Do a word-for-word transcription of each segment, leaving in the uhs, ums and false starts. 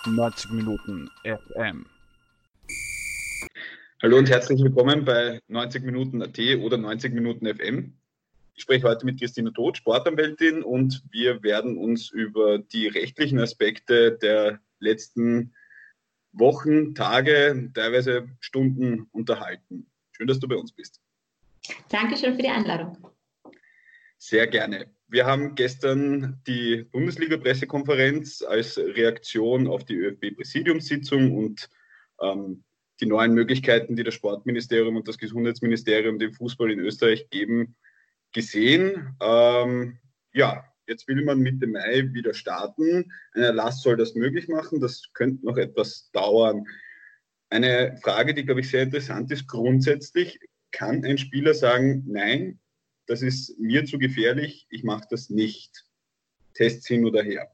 neunzig Minuten F M. Hallo und herzlich willkommen bei neunzig Minuten A T oder neunzig Minuten F M. Ich spreche heute mit Christina Todt, Sportanwältin, und wir werden uns über die rechtlichen Aspekte der letzten Wochen, Tage, teilweise Stunden unterhalten. Schön, dass du bei uns bist. Dankeschön für die Einladung. Sehr gerne. Wir haben gestern die Bundesliga-Pressekonferenz als Reaktion auf die ÖFB-Präsidiumssitzung und ähm, die neuen Möglichkeiten, die das Sportministerium und das Gesundheitsministerium dem Fußball in Österreich geben, gesehen. Ähm, ja, jetzt will man Mitte Mai wieder starten. Ein Erlass soll das möglich machen. Das könnte noch etwas dauern. Eine Frage, die, glaube ich, sehr interessant ist. Grundsätzlich kann ein Spieler sagen, nein, das ist mir zu gefährlich, ich mache das nicht. Tests hin oder her.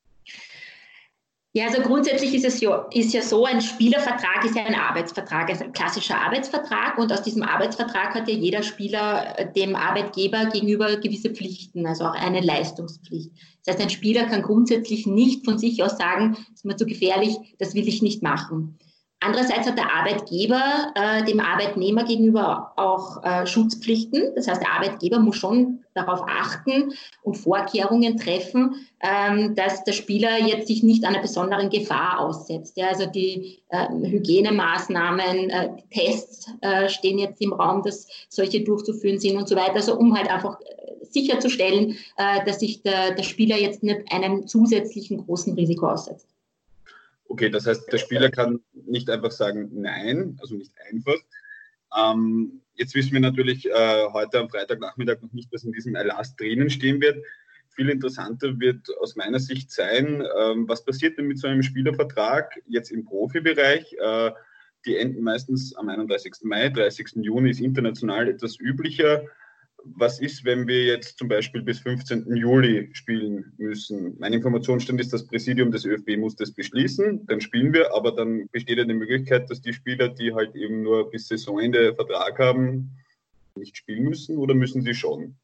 Ja, also grundsätzlich ist es ja, ist ja so, ein Spielervertrag ist ja ein Arbeitsvertrag, also ein klassischer Arbeitsvertrag, und aus diesem Arbeitsvertrag hat ja jeder Spieler dem Arbeitgeber gegenüber gewisse Pflichten, also auch eine Leistungspflicht. Das heißt, ein Spieler kann grundsätzlich nicht von sich aus sagen, das ist mir zu gefährlich, das will ich nicht machen. Andererseits hat der Arbeitgeber äh, dem Arbeitnehmer gegenüber auch äh, Schutzpflichten. Das heißt, der Arbeitgeber muss schon darauf achten und Vorkehrungen treffen, ähm, dass der Spieler jetzt sich nicht einer besonderen Gefahr aussetzt. Ja, also die äh, Hygienemaßnahmen, äh, die Tests äh, stehen jetzt im Raum, dass solche durchzuführen sind und so weiter. Also um halt einfach äh, sicherzustellen, äh, dass sich der, der Spieler jetzt nicht einem zusätzlichen großen Risiko aussetzt. Okay, das heißt, der Spieler kann nicht einfach sagen nein, also nicht einfach. Ähm, jetzt wissen wir natürlich äh, heute am Freitagnachmittag noch nicht, was in diesem Erlass drinnen stehen wird. Viel interessanter wird aus meiner Sicht sein, ähm, was passiert denn mit so einem Spielervertrag jetzt im Profibereich? Äh, die enden meistens am einunddreißigsten Mai, dreißigsten Juni ist international etwas üblicher. Was ist, wenn wir jetzt zum Beispiel bis fünfzehnten Juli spielen müssen? Mein Informationsstand ist, das Präsidium des ÖFB muss das beschließen, dann spielen wir, aber dann besteht ja die Möglichkeit, dass die Spieler, die halt eben nur bis Saisonende Vertrag haben, nicht spielen müssen, oder müssen sie schon?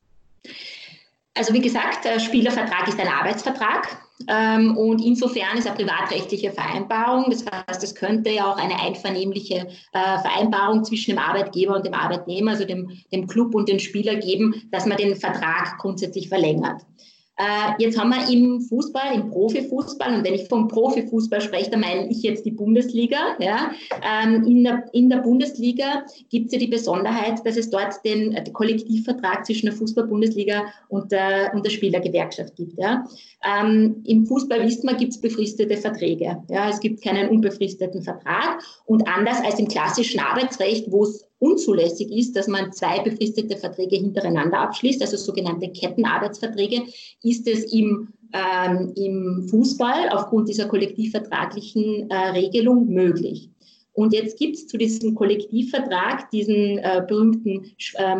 Also wie gesagt, der Spielervertrag ist ein Arbeitsvertrag ähm, und insofern ist eine privatrechtliche Vereinbarung. Das heißt, es könnte ja auch eine einvernehmliche äh, Vereinbarung zwischen dem Arbeitgeber und dem Arbeitnehmer, also dem, dem Club und dem Spieler geben, dass man den Vertrag grundsätzlich verlängert. Äh, jetzt haben wir im Fußball, im Profifußball, und wenn ich vom Profifußball spreche, dann meine ich jetzt die Bundesliga. Ja. Ähm, in, der, in der Bundesliga gibt es ja die Besonderheit, dass es dort den, den Kollektivvertrag zwischen der Fußball-Bundesliga und der, und der Spielergewerkschaft gibt. Ja. Ähm, Im Fußball, wissen wir, gibt es befristete Verträge. Ja. Es gibt keinen unbefristeten Vertrag, und anders als im klassischen Arbeitsrecht, wo es unzulässig ist, dass man zwei befristete Verträge hintereinander abschließt, also sogenannte Kettenarbeitsverträge, ist es im, ähm, im Fußball aufgrund dieser kollektivvertraglichen äh, Regelung möglich. Und jetzt gibt es zu diesem Kollektivvertrag diesen äh, berühmten äh,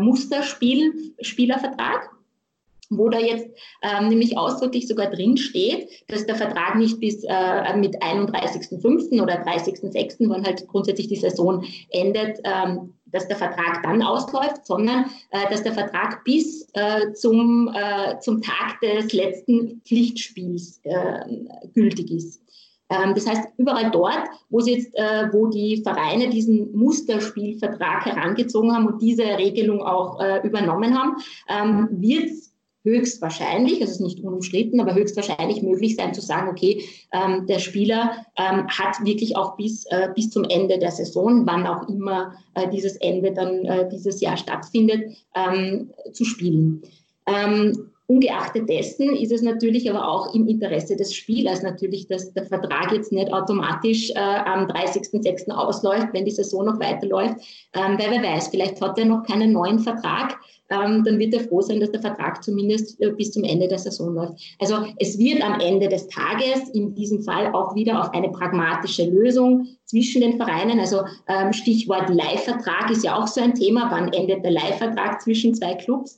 Musterspielervertrag, wo da jetzt ähm, nämlich ausdrücklich sogar drin steht, dass der Vertrag nicht bis äh, mit einunddreißigsten fünften oder dreißigsten sechsten, wann halt grundsätzlich die Saison endet, ähm, dass der Vertrag dann ausläuft, sondern äh, dass der Vertrag bis äh, zum, äh, zum Tag des letzten Pflichtspiels äh, gültig ist. Ähm, das heißt, überall dort, wo, sie jetzt, äh, wo die Vereine diesen Musterspielvertrag herangezogen haben und diese Regelung auch äh, übernommen haben, ähm, wird es höchstwahrscheinlich, also es ist nicht unumstritten, aber höchstwahrscheinlich möglich sein zu sagen, okay, ähm, der Spieler ähm, hat wirklich auch bis, äh, bis zum Ende der Saison, wann auch immer äh, dieses Ende dann äh, dieses Jahr stattfindet, ähm, zu spielen. Ähm, Ungeachtet dessen ist es natürlich aber auch im Interesse des Spielers natürlich, dass der Vertrag jetzt nicht automatisch äh, am dreißigsten sechsten ausläuft, wenn die Saison noch weiterläuft, ähm, weil wer weiß, vielleicht hat er noch keinen neuen Vertrag, ähm, dann wird er froh sein, dass der Vertrag zumindest äh, bis zum Ende der Saison läuft. Also es wird am Ende des Tages in diesem Fall auch wieder auf eine pragmatische Lösung zwischen den Vereinen, also ähm, Stichwort Leihvertrag ist ja auch so ein Thema, wann endet der Leihvertrag zwischen zwei Clubs.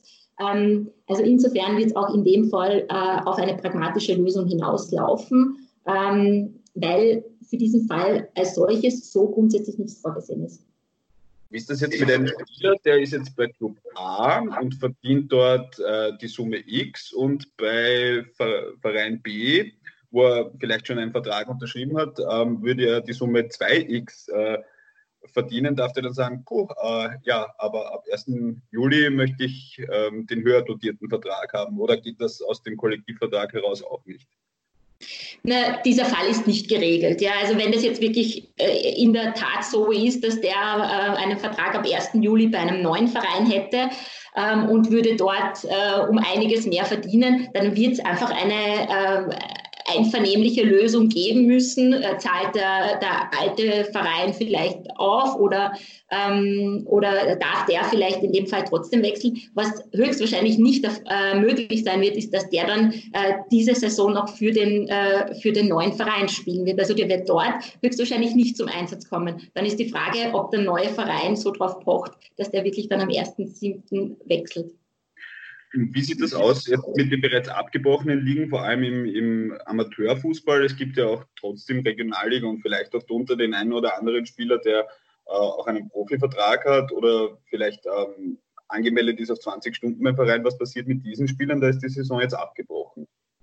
Also insofern wird es auch in dem Fall äh, auf eine pragmatische Lösung hinauslaufen, ähm, weil für diesen Fall als solches so grundsätzlich nichts vorgesehen ist. Wie ist das jetzt mit einem Spieler, der ist jetzt bei Club A und verdient dort äh, die Summe X, und bei Verein B wo er vielleicht schon einen Vertrag unterschrieben hat, ähm, würde er die Summe zwei x äh, verdienen, darf der dann sagen, puh, äh, ja, aber ab ersten Juli möchte ich ähm, den höher dotierten Vertrag haben, oder geht das aus dem Kollektivvertrag heraus auch nicht? Na, dieser Fall ist nicht geregelt. Ja. Also wenn das jetzt wirklich äh, in der Tat so ist, dass der äh, einen Vertrag ab ersten Juli bei einem neuen Verein hätte ähm, und würde dort äh, um einiges mehr verdienen, dann wird es einfach eine äh, einvernehmliche Lösung geben müssen. Äh, zahlt der, der alte Verein vielleicht auf oder, ähm, oder darf der vielleicht in dem Fall trotzdem wechseln? Was höchstwahrscheinlich nicht äh, möglich sein wird, ist, dass der dann äh, diese Saison noch für den, äh, für den neuen Verein spielen wird. Also der wird dort höchstwahrscheinlich nicht zum Einsatz kommen. Dann ist die Frage, ob der neue Verein so drauf pocht, dass der wirklich dann am ersten siebten wechselt. Wie sieht das aus jetzt mit den bereits abgebrochenen Ligen, vor allem im, im Amateurfußball? Es gibt ja auch trotzdem Regionalliga und vielleicht auch darunter den einen oder anderen Spieler, der äh, auch einen Profivertrag hat oder vielleicht ähm, angemeldet ist auf zwanzig Stunden beim Verein. Was passiert mit diesen Spielern? Da ist die Saison jetzt abgebrochen.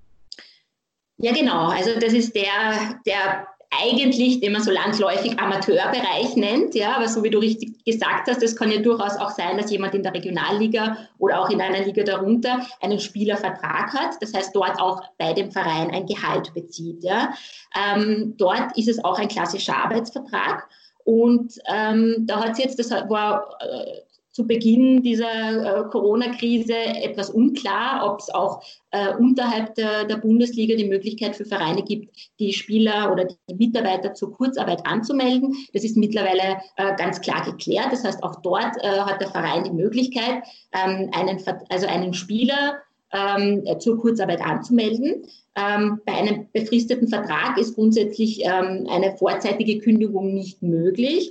Ja, genau. Also das ist der, der eigentlich, den man so landläufig Amateurbereich nennt, ja, aber so wie du richtig gesagt hast, es kann ja durchaus auch sein, dass jemand in der Regionalliga oder auch in einer Liga darunter einen Spielervertrag hat, das heißt dort auch bei dem Verein ein Gehalt bezieht. Ja. Ähm, dort ist es auch ein klassischer Arbeitsvertrag und ähm, da hat es jetzt, das war äh, zu Beginn dieser äh, Corona-Krise etwas unklar, ob es auch äh, unterhalb der, der Bundesliga die Möglichkeit für Vereine gibt, die Spieler oder die Mitarbeiter zur Kurzarbeit anzumelden. Das ist mittlerweile äh, ganz klar geklärt. Das heißt, auch dort äh, hat der Verein die Möglichkeit, ähm, einen, also einen Spieler ähm, zur Kurzarbeit anzumelden. Ähm, bei einem befristeten Vertrag ist grundsätzlich ähm, eine vorzeitige Kündigung nicht möglich.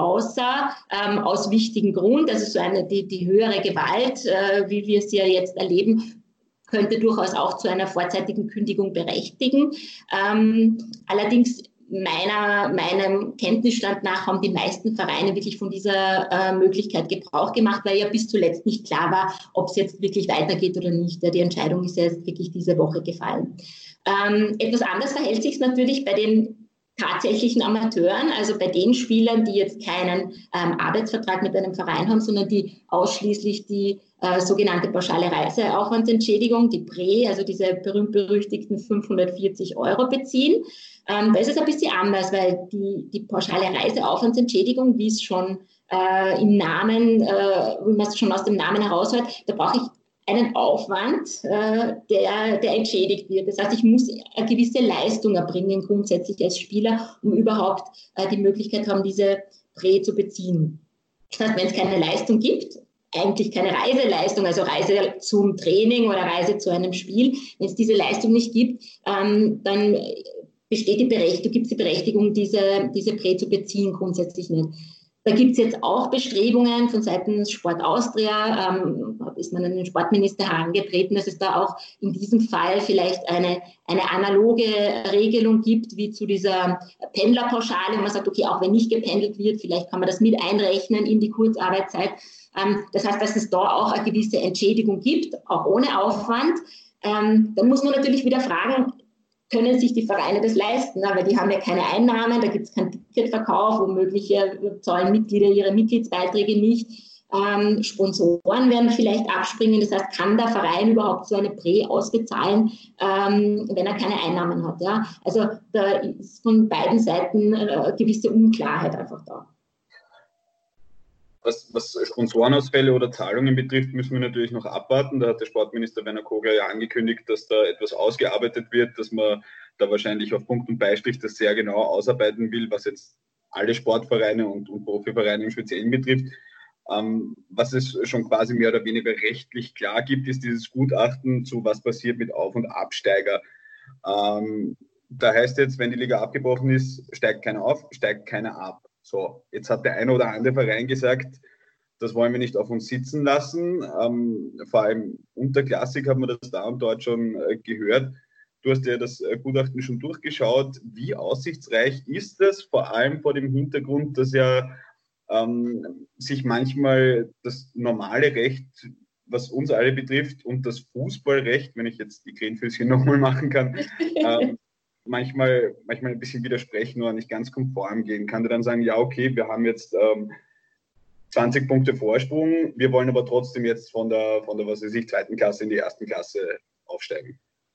Außer ähm, aus wichtigem Grund, also so eine, die, die höhere Gewalt, äh, wie wir es ja jetzt erleben, könnte durchaus auch zu einer vorzeitigen Kündigung berechtigen. Ähm, allerdings meiner, meinem Kenntnisstand nach haben die meisten Vereine wirklich von dieser äh, Möglichkeit Gebrauch gemacht, weil ja bis zuletzt nicht klar war, ob es jetzt wirklich weitergeht oder nicht. Ja, die Entscheidung ist ja jetzt wirklich diese Woche gefallen. Ähm, etwas anders verhält sich es natürlich bei den tatsächlichen Amateuren, also bei den Spielern, die jetzt keinen ähm, Arbeitsvertrag mit einem Verein haben, sondern die ausschließlich die äh, sogenannte pauschale Reiseaufwandsentschädigung, die P R E, also diese berühmt-berüchtigten fünfhundertvierzig Euro beziehen. Ähm, da ist es ein bisschen anders, weil die, die pauschale Reiseaufwandsentschädigung, wie es schon äh, im Namen, äh, wie man es schon aus dem Namen heraushört, da brauche ich einen Aufwand, äh, der, der entschädigt wird. Das heißt, ich muss eine gewisse Leistung erbringen, grundsätzlich als Spieler, um überhaupt äh, die Möglichkeit haben, diese Prä zu beziehen. Das heißt, wenn es keine Leistung gibt, eigentlich keine Reiseleistung, also Reise zum Training oder Reise zu einem Spiel, wenn es diese Leistung nicht gibt, ähm, dann besteht die Berechtigung, gibt es die Berechtigung, diese, diese Prä zu beziehen, grundsätzlich nicht. Da gibt es jetzt auch Bestrebungen von Seiten Sport Austria, ähm, ist man an den Sportminister herangetreten, dass es da auch in diesem Fall vielleicht eine, eine analoge Regelung gibt, wie zu dieser Pendlerpauschale. Man sagt, okay, auch wenn nicht gependelt wird, vielleicht kann man das mit einrechnen in die Kurzarbeitszeit. Ähm, das heißt, dass es da auch eine gewisse Entschädigung gibt, auch ohne Aufwand. Ähm, dann muss man natürlich wieder fragen, können sich die Vereine das leisten, weil die haben ja keine Einnahmen, da gibt es keinen Ticketverkauf, womöglich zahlen Mitglieder ihre Mitgliedsbeiträge nicht, ähm, Sponsoren werden vielleicht abspringen, das heißt, kann der Verein überhaupt so eine Prä ausbezahlen, ähm, wenn er keine Einnahmen hat. Ja? Also da ist von beiden Seiten eine gewisse Unklarheit einfach da. Was, was Sponsorenausfälle oder Zahlungen betrifft, müssen wir natürlich noch abwarten. Da hat der Sportminister Werner Kogler ja angekündigt, dass da etwas ausgearbeitet wird, dass man da wahrscheinlich auf Punkt und Beistrich das sehr genau ausarbeiten will, was jetzt alle Sportvereine und, und Profivereine im Speziellen betrifft. Ähm, was es schon quasi mehr oder weniger rechtlich klar gibt, ist dieses Gutachten zu was passiert mit Auf- und Absteiger. Ähm, da heißt jetzt, wenn die Liga abgebrochen ist, steigt keiner auf, steigt keiner ab. So, jetzt hat der eine oder andere Verein gesagt, das wollen wir nicht auf uns sitzen lassen. Ähm, vor allem unterklassig hat man das da und dort schon äh, gehört. Du hast ja das äh, Gutachten schon durchgeschaut. Wie aussichtsreich ist das? Vor allem vor dem Hintergrund, dass ja ähm, sich manchmal das normale Recht, was uns alle betrifft, und das Fußballrecht, wenn ich jetzt die Krähenfüßchen nochmal machen kann, ähm, manchmal, manchmal ein bisschen widersprechen oder nicht ganz konform gehen. Kann der dann sagen, ja, okay, wir haben jetzt ähm, zwanzig Punkte Vorsprung, wir wollen aber trotzdem jetzt von der, von der, was weiß ich, zweiten Klasse in die ersten Klasse aufsteigen?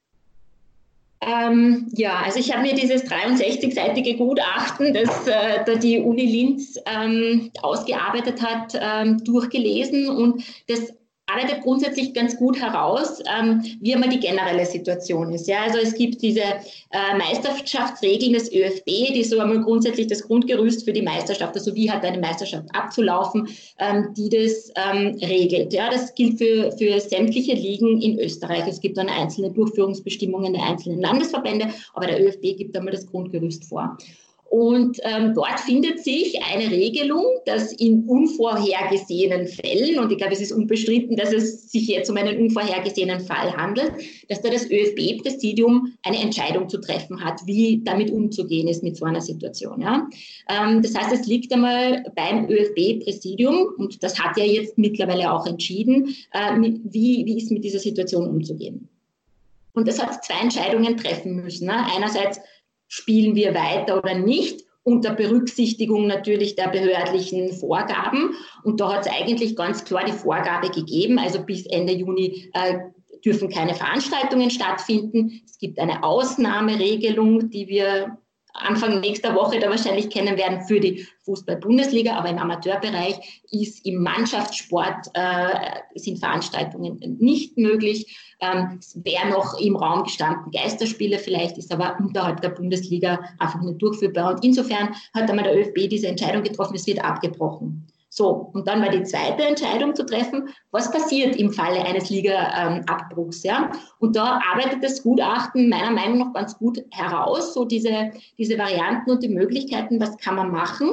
Ähm, ja, also ich habe mir dieses dreiundsechzigseitige Gutachten, das äh, da die Uni Linz ähm, ausgearbeitet hat, ähm, durchgelesen, und das arbeitet grundsätzlich ganz gut heraus, ähm, wie einmal die generelle Situation ist. Ja, also es gibt diese äh, Meisterschaftsregeln des ÖFB, die so einmal grundsätzlich das Grundgerüst für die Meisterschaft, also wie hat eine Meisterschaft abzulaufen, ähm, die das ähm, regelt. Ja, das gilt für, für sämtliche Ligen in Österreich. Es gibt dann einzelne Durchführungsbestimmungen der einzelnen Landesverbände, aber der ÖFB gibt einmal das Grundgerüst vor. Und ähm, dort findet sich eine Regelung, dass in unvorhergesehenen Fällen, und ich glaube, es ist unbestritten, dass es sich jetzt um einen unvorhergesehenen Fall handelt, dass da das ÖFB-Präsidium eine Entscheidung zu treffen hat, wie damit umzugehen ist mit so einer Situation. Ja? Ähm, das heißt, es liegt einmal beim ÖFB-Präsidium, und das hat ja jetzt mittlerweile auch entschieden, äh, mit, wie, wie ist mit dieser Situation umzugehen. Und das hat zwei Entscheidungen treffen müssen. Ne? Einerseits, spielen wir weiter oder nicht, unter Berücksichtigung natürlich der behördlichen Vorgaben. Und da hat es eigentlich ganz klar die Vorgabe gegeben, also bis Ende Juni äh, dürfen keine Veranstaltungen stattfinden. Es gibt eine Ausnahmeregelung, die wir Anfang nächster Woche da wahrscheinlich kennen werden für die Fußball-Bundesliga, aber im Amateurbereich ist im Mannschaftssport äh, sind Veranstaltungen nicht möglich. Ähm, es wäre noch im Raum gestanden Geisterspiele vielleicht, ist aber unterhalb der Bundesliga einfach nicht durchführbar. Und insofern hat einmal der ÖFB diese Entscheidung getroffen, es wird abgebrochen. So, und dann war die zweite Entscheidung zu treffen, was passiert im Falle eines Liga-Abbruchs. Ja? Und da arbeitet das Gutachten meiner Meinung nach ganz gut heraus, so diese, diese Varianten und die Möglichkeiten, was kann man machen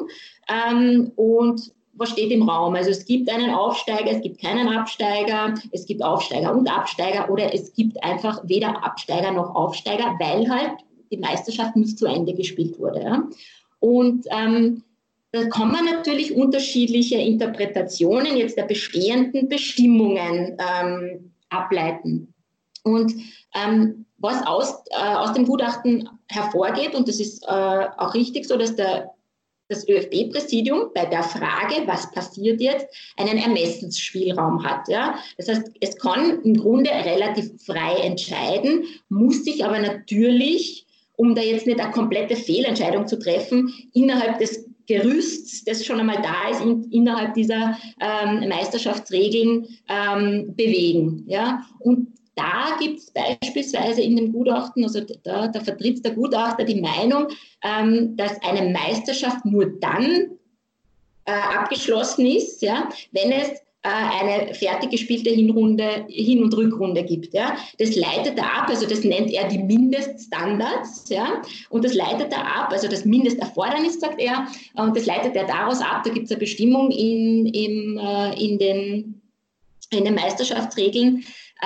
ähm, und was steht im Raum. Also es gibt einen Aufsteiger, es gibt keinen Absteiger, es gibt Aufsteiger und Absteiger, oder es gibt einfach weder Absteiger noch Aufsteiger, weil halt die Meisterschaft nicht zu Ende gespielt wurde. Ja? Und ähm, da kann man natürlich unterschiedliche Interpretationen jetzt der bestehenden Bestimmungen ähm, ableiten. Und ähm, was aus, äh, aus dem Gutachten hervorgeht, und das ist äh, auch richtig so, dass der, das ÖFB-Präsidium bei der Frage, was passiert jetzt, einen Ermessensspielraum hat. Ja? Das heißt, es kann im Grunde relativ frei entscheiden, muss sich aber natürlich, um da jetzt nicht eine komplette Fehlentscheidung zu treffen, innerhalb des Gerüst, das schon einmal da ist, in, innerhalb dieser ähm, Meisterschaftsregeln ähm, bewegen. Ja? Und da gibt es beispielsweise in dem Gutachten, also da, da vertritt der Gutachter die Meinung, ähm, dass eine Meisterschaft nur dann äh, abgeschlossen ist, ja, wenn es eine fertig gespielte Hinrunde, Hin- und Rückrunde gibt. Ja. Das leitet er ab, also das nennt er die Mindeststandards, ja, und das leitet er ab, also das Mindesterfordernis, sagt er, und das leitet er daraus ab, da gibt es eine Bestimmung in, in, in, den, in den Meisterschaftsregeln,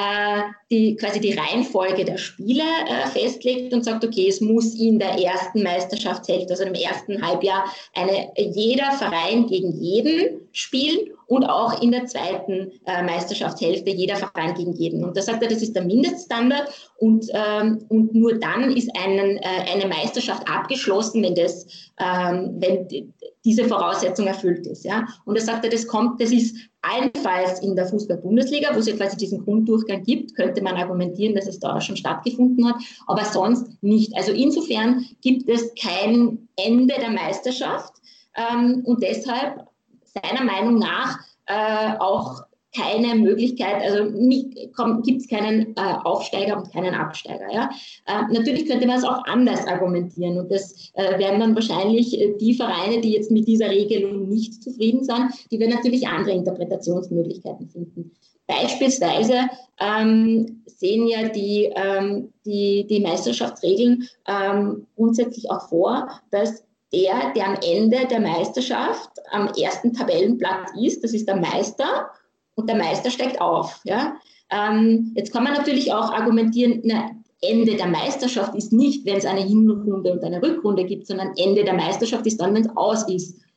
die quasi die Reihenfolge der Spiele äh, festlegt und sagt, okay, es muss in der ersten Meisterschaftshälfte, also im ersten Halbjahr, eine, jeder Verein gegen jeden spielen und auch in der zweiten äh, Meisterschaftshälfte jeder Verein gegen jeden. Und da sagt er, das ist der Mindeststandard, und, ähm, und nur dann ist einen, äh, eine Meisterschaft abgeschlossen, wenn, das, ähm, wenn die, diese Voraussetzung erfüllt ist. Ja? Und da sagt er, das kommt, das ist allenfalls in der Fußball-Bundesliga, wo es ja quasi diesen Grunddurchgang gibt, könnte man argumentieren, dass es da schon stattgefunden hat, aber sonst nicht. Also insofern gibt es kein Ende der Meisterschaft ähm, und deshalb seiner Meinung nach äh, auch keine Möglichkeit, also gibt es keinen äh, Aufsteiger und keinen Absteiger. Ja? Äh, natürlich könnte man es auch anders argumentieren, und das äh, werden dann wahrscheinlich äh, die Vereine, die jetzt mit dieser Regelung nicht zufrieden sind, die werden natürlich andere Interpretationsmöglichkeiten finden. Beispielsweise ähm, sehen ja die, ähm, die, die Meisterschaftsregeln ähm, grundsätzlich auch vor, dass der, der am Ende der Meisterschaft am ersten Tabellenplatz ist, das ist der Meister, und der Meister steigt auf. Ja? Ähm, jetzt kann man natürlich auch argumentieren, na, Ende der Meisterschaft ist nicht, wenn es eine Hinrunde und eine Rückrunde gibt, sondern Ende der Meisterschaft ist dann, wenn es aus ist.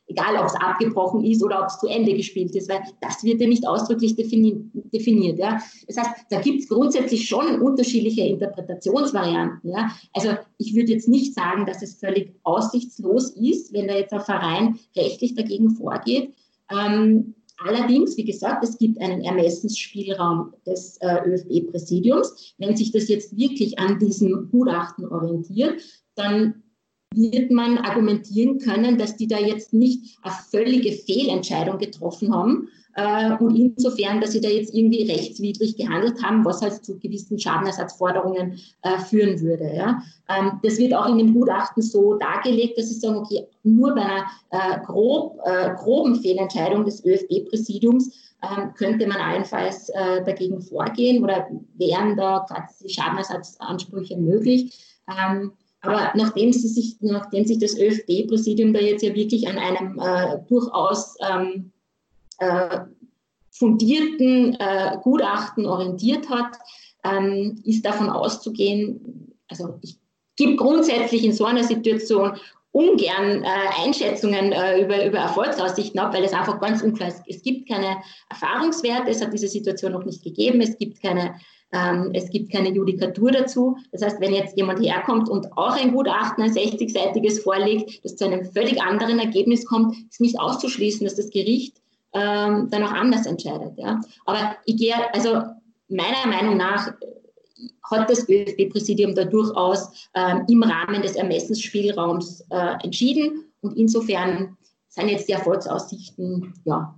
egal ob es abgebrochen ist oder ob es zu Ende gespielt ist, weil das wird ja nicht ausdrücklich defini- definiert. Ja. Das heißt, da gibt es grundsätzlich schon unterschiedliche Interpretationsvarianten. Ja. Also ich würde jetzt nicht sagen, dass es völlig aussichtslos ist, wenn da jetzt ein Verein rechtlich dagegen vorgeht. Ähm, Allerdings, wie gesagt, es gibt einen Ermessensspielraum des äh, ÖFB-Präsidiums. Wenn sich das jetzt wirklich an diesem Gutachten orientiert, dann wird man argumentieren können, dass die da jetzt nicht eine völlige Fehlentscheidung getroffen haben äh, und insofern, dass sie da jetzt irgendwie rechtswidrig gehandelt haben, was halt zu gewissen Schadenersatzforderungen äh, führen würde. Ja. Ähm, das wird auch in dem Gutachten so dargelegt, dass sie sagen, okay, nur bei einer äh, grob, äh, groben Fehlentscheidung des ÖFB-Präsidiums ähm, könnte man allenfalls äh, dagegen vorgehen oder wären da quasi Schadenersatzansprüche möglich. Ähm, Aber nachdem, sie sich, nachdem sich das ÖFB-Präsidium da jetzt ja wirklich an einem äh, durchaus ähm, äh, fundierten äh, Gutachten orientiert hat, ähm, ist davon auszugehen, also ich gebe grundsätzlich in so einer Situation ungern äh, Einschätzungen äh, über, über Erfolgsaussichten ab, weil es einfach ganz unklar ist. Es gibt keine Erfahrungswerte, es hat diese Situation noch nicht gegeben, es gibt keine Ähm, es gibt keine Judikatur dazu. Das heißt, wenn jetzt jemand herkommt und auch ein Gutachten, ein sechzigseitiges vorlegt, das zu einem völlig anderen Ergebnis kommt, ist nicht auszuschließen, dass das Gericht ähm, dann auch anders entscheidet. Ja. Aber ich gehe, also meiner Meinung nach hat das ÖFB-Präsidium da durchaus ähm, im Rahmen des Ermessensspielraums äh, entschieden und insofern sind jetzt die Erfolgsaussichten, ja,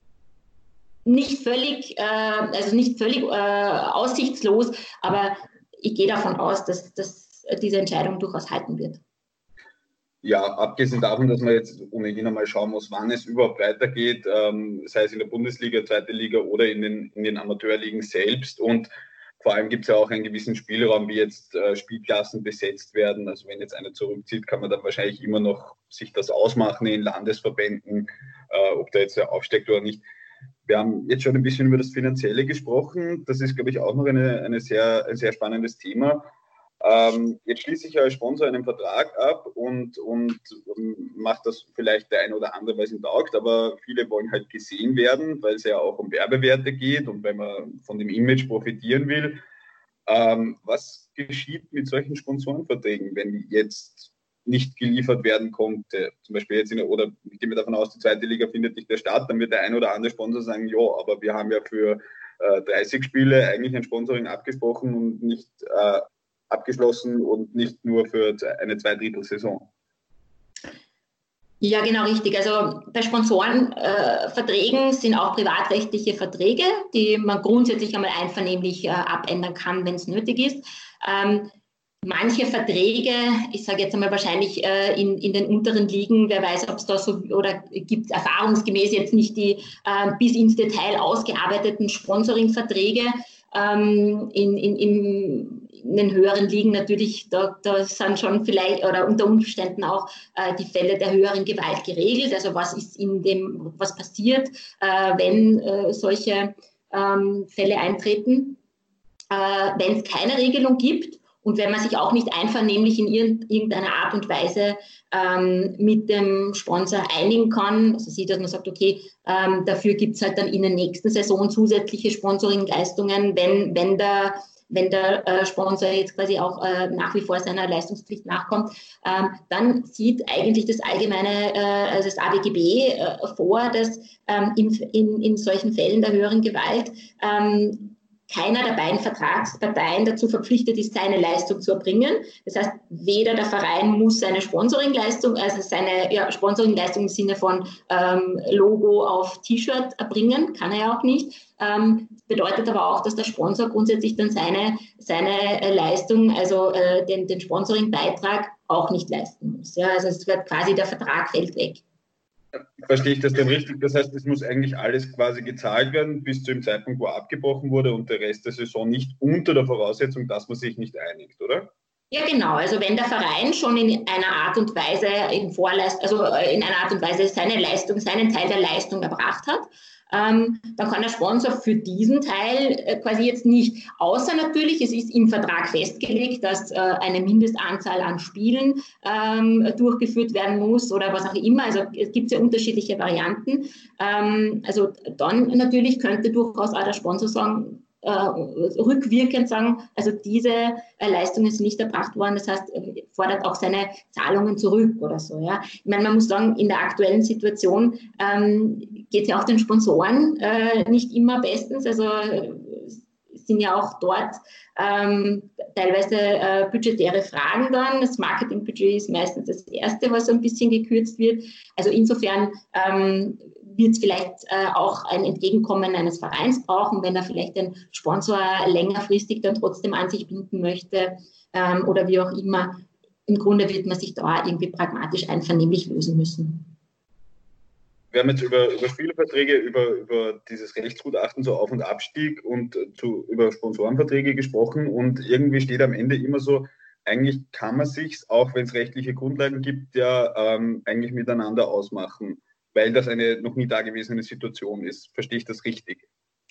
nicht völlig, äh, also nicht völlig äh, aussichtslos, aber ich gehe davon aus, dass, dass diese Entscheidung durchaus halten wird. Ja, abgesehen davon, dass man jetzt ohnehin einmal schauen muss, wann es überhaupt weitergeht, ähm, sei es in der Bundesliga, zweite Liga oder in den, in den Amateurligen selbst. Und vor allem gibt es ja auch einen gewissen Spielraum, wie jetzt äh, Spielklassen besetzt werden. Also wenn jetzt einer zurückzieht, kann man dann wahrscheinlich immer noch sich das ausmachen in Landesverbänden, äh, ob der jetzt aufsteckt oder nicht. Wir haben jetzt schon ein bisschen über das Finanzielle gesprochen. Das ist, glaube ich, auch noch eine, eine sehr, ein sehr spannendes Thema. Ähm, jetzt schließe ich als Sponsor einen Vertrag ab und, und um, macht das vielleicht der eine oder andere, weil es ihm taugt, aber viele wollen halt gesehen werden, weil es ja auch um Werbewerte geht und wenn man von dem Image profitieren will. Ähm, was geschieht mit solchen Sponsorenverträgen, wenn jetzt nicht geliefert werden konnte? Zum Beispiel jetzt in der, oder ich gehe mir davon aus, die zweite Liga findet nicht mehr statt, dann wird der ein oder andere Sponsor sagen, ja, aber wir haben ja für äh, dreißig Spiele eigentlich ein Sponsoring abgesprochen und nicht äh, abgeschlossen und nicht nur für eine Zweidrittelsaison. Ja, genau richtig. Also bei Sponsorenverträgen äh, sind auch privatrechtliche Verträge, die man grundsätzlich einmal einvernehmlich äh, abändern kann, wenn es nötig ist. Ähm, manche Verträge, ich sage jetzt einmal wahrscheinlich äh, in, in den unteren Ligen, wer weiß, ob es da so oder gibt erfahrungsgemäß jetzt nicht die äh, bis ins Detail ausgearbeiteten Sponsoringverträge. Ähm, in, in, in, in den höheren Ligen natürlich, da, da sind schon vielleicht oder unter Umständen auch äh, die Fälle der höheren Gewalt geregelt. Also was ist in dem, was passiert, äh, wenn äh, solche ähm, Fälle eintreten. Äh, wenn es keine Regelung gibt und wenn man sich auch nicht einvernehmlich in irgendeiner Art und Weise ähm, mit dem Sponsor einigen kann, also sieht, dass man sagt, okay, ähm, dafür gibt es halt dann in der nächsten Saison zusätzliche Sponsoringleistungen, wenn, wenn der, wenn der äh, Sponsor jetzt quasi auch äh, nach wie vor seiner Leistungspflicht nachkommt, ähm, dann sieht eigentlich das allgemeine, äh, also das A B G B äh, vor, dass ähm, in, in, in solchen Fällen der höheren Gewalt ähm, keiner der beiden Vertragsparteien dazu verpflichtet ist, seine Leistung zu erbringen. Das heißt, weder der Verein muss seine Sponsoringleistung, also seine ja, Sponsoringleistung im Sinne von ähm, Logo auf T-Shirt erbringen, kann er ja auch nicht. Ähm, bedeutet aber auch, dass der Sponsor grundsätzlich dann seine, seine äh, Leistung, also äh, den, den Sponsoringbeitrag auch nicht leisten muss. Ja, also es wird quasi, der Vertrag fällt weg. Verstehe ich das denn richtig? Das heißt, es muss eigentlich alles quasi gezahlt werden bis zu dem Zeitpunkt, wo abgebrochen wurde und der Rest der Saison nicht unter der Voraussetzung, dass man sich nicht einigt, oder? Ja, genau. Also wenn der Verein schon in einer Art und Weise in Vorleist, also in einer Art und Weise seine Leistung, seinen Teil der Leistung erbracht hat, ähm, dann kann der Sponsor für diesen Teil äh, quasi jetzt nicht, außer natürlich, es ist im Vertrag festgelegt, dass äh, eine Mindestanzahl an Spielen ähm, durchgeführt werden muss oder was auch immer. Also es gibt ja unterschiedliche Varianten. Ähm, also dann natürlich könnte durchaus auch der Sponsor sagen, äh, rückwirkend sagen, also diese äh, Leistungen sind nicht erbracht worden, das heißt, er fordert auch seine Zahlungen zurück oder so. Ja. Ich meine, man muss sagen, in der aktuellen Situation ähm, geht es ja auch den Sponsoren äh, nicht immer bestens, also äh, sind ja auch dort ähm, teilweise äh, budgetäre Fragen dann. Das Marketingbudget ist meistens das Erste, was so ein bisschen gekürzt wird. Also insofern ähm, wird es vielleicht äh, auch ein Entgegenkommen eines Vereins brauchen, wenn er vielleicht den Sponsor längerfristig dann trotzdem an sich binden möchte ähm, oder wie auch immer. Im Grunde wird man sich da irgendwie pragmatisch einvernehmlich lösen müssen. Wir haben jetzt über, über Spielerverträge, über, über dieses Rechtsgutachten so Auf- und Abstieg und zu, über Sponsorenverträge gesprochen und irgendwie steht am Ende immer so, eigentlich kann man sich's, auch wenn es rechtliche Grundlagen gibt, ja ähm, eigentlich miteinander ausmachen, weil das eine noch nie dagewesene Situation ist. Verstehe ich das richtig?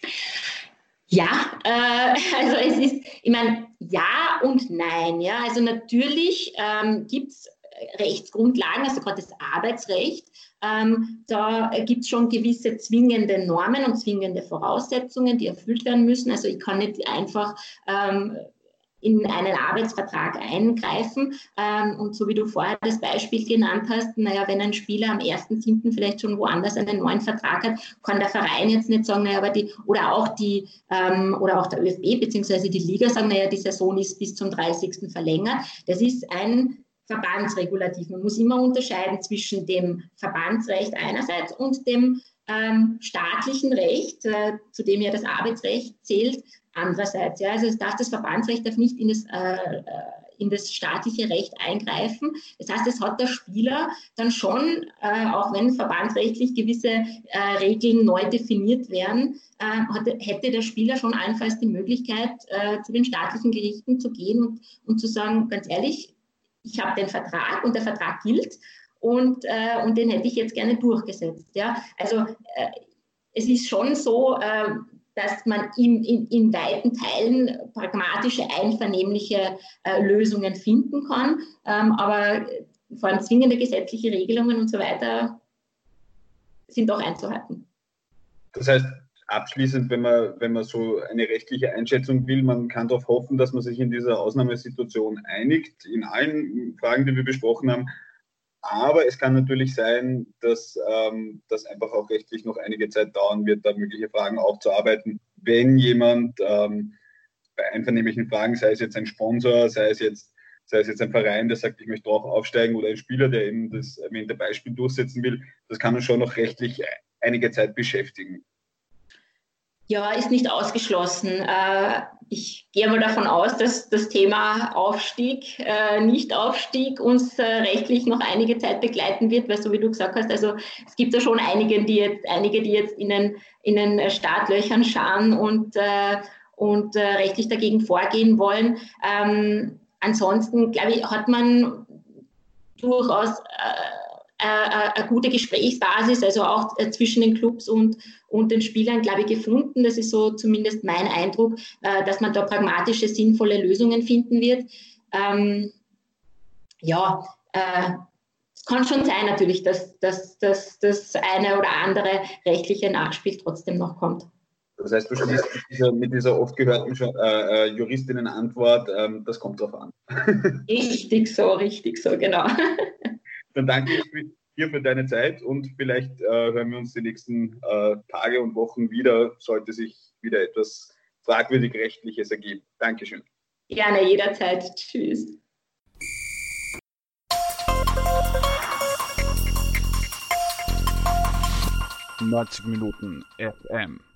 Ja, äh, also es ist, ich meine, ja und nein. Ja, also natürlich ähm, gibt es Rechtsgrundlagen, also gerade das Arbeitsrecht. Ähm, da gibt es schon gewisse zwingende Normen und zwingende Voraussetzungen, die erfüllt werden müssen. Also ich kann nicht einfach ähm, in einen Arbeitsvertrag eingreifen. Ähm, und so wie du vorher das Beispiel genannt hast, naja, wenn ein Spieler am ersten siebten vielleicht schon woanders einen neuen Vertrag hat, kann der Verein jetzt nicht sagen, naja, aber die, oder auch die, ähm, oder auch der ÖFB beziehungsweise die Liga sagen, naja, die Saison ist bis zum dreißigsten verlängert. Das ist ein Verbandsregulativ. Man muss immer unterscheiden zwischen dem Verbandsrecht einerseits und dem ähm, staatlichen Recht, äh, zu dem ja das Arbeitsrecht zählt, andererseits. Ja. Also es darf, das Verbandsrecht darf nicht in das, äh, in das staatliche Recht eingreifen. Das heißt, es hat der Spieler dann schon, äh, auch wenn verbandsrechtlich gewisse äh, Regeln neu definiert werden, äh, hatte, hätte der Spieler schon allenfalls die Möglichkeit, äh, zu den staatlichen Gerichten zu gehen und, und zu sagen, ganz ehrlich, ich habe den Vertrag und der Vertrag gilt und, äh, und den hätte ich jetzt gerne durchgesetzt. Ja? Also äh, es ist schon so, äh, dass man in, in, in weiten Teilen pragmatische, einvernehmliche äh, Lösungen finden kann, ähm, aber vor allem zwingende gesetzliche Regelungen und so weiter sind auch einzuhalten. Das heißt, abschließend, wenn man, wenn man so eine rechtliche Einschätzung will, man kann darauf hoffen, dass man sich in dieser Ausnahmesituation einigt, in allen Fragen, die wir besprochen haben. Aber es kann natürlich sein, dass ähm, das einfach auch rechtlich noch einige Zeit dauern wird, da mögliche Fragen aufzuarbeiten. Wenn jemand ähm, bei einvernehmlichen Fragen, sei es jetzt ein Sponsor, sei es jetzt, sei es jetzt ein Verein, der sagt, ich möchte drauf aufsteigen, oder ein Spieler, der eben das erwähnte Beispiel durchsetzen will, das kann uns schon noch rechtlich einige Zeit beschäftigen. Ja, ist nicht ausgeschlossen. Ich gehe mal davon aus, dass das Thema Aufstieg, Nicht-Aufstieg uns rechtlich noch einige Zeit begleiten wird, weil so wie du gesagt hast, also es gibt ja schon einige, die jetzt, einige, die jetzt in den, in den Startlöchern schauen und, und rechtlich dagegen vorgehen wollen. Ähm, ansonsten, glaube ich, hat man durchaus eine gute Gesprächsbasis, also auch zwischen den Clubs und, und den Spielern, glaube ich, gefunden. Das ist so zumindest mein Eindruck, dass man da pragmatische, sinnvolle Lösungen finden wird. Ähm, ja, äh, es kann schon sein natürlich, dass, dass, dass das eine oder andere rechtliche Nachspiel trotzdem noch kommt. Das heißt, du schließt mit dieser, mit dieser oft gehörten äh, Juristinnen-Antwort, ähm, das kommt drauf an. Richtig so, richtig so, genau. Dann danke ich dir für deine Zeit und vielleicht äh, hören wir uns die nächsten äh, Tage und Wochen wieder, sollte sich wieder etwas fragwürdig Rechtliches ergeben. Dankeschön. Gerne, jederzeit. Tschüss. neunzig Minuten F M.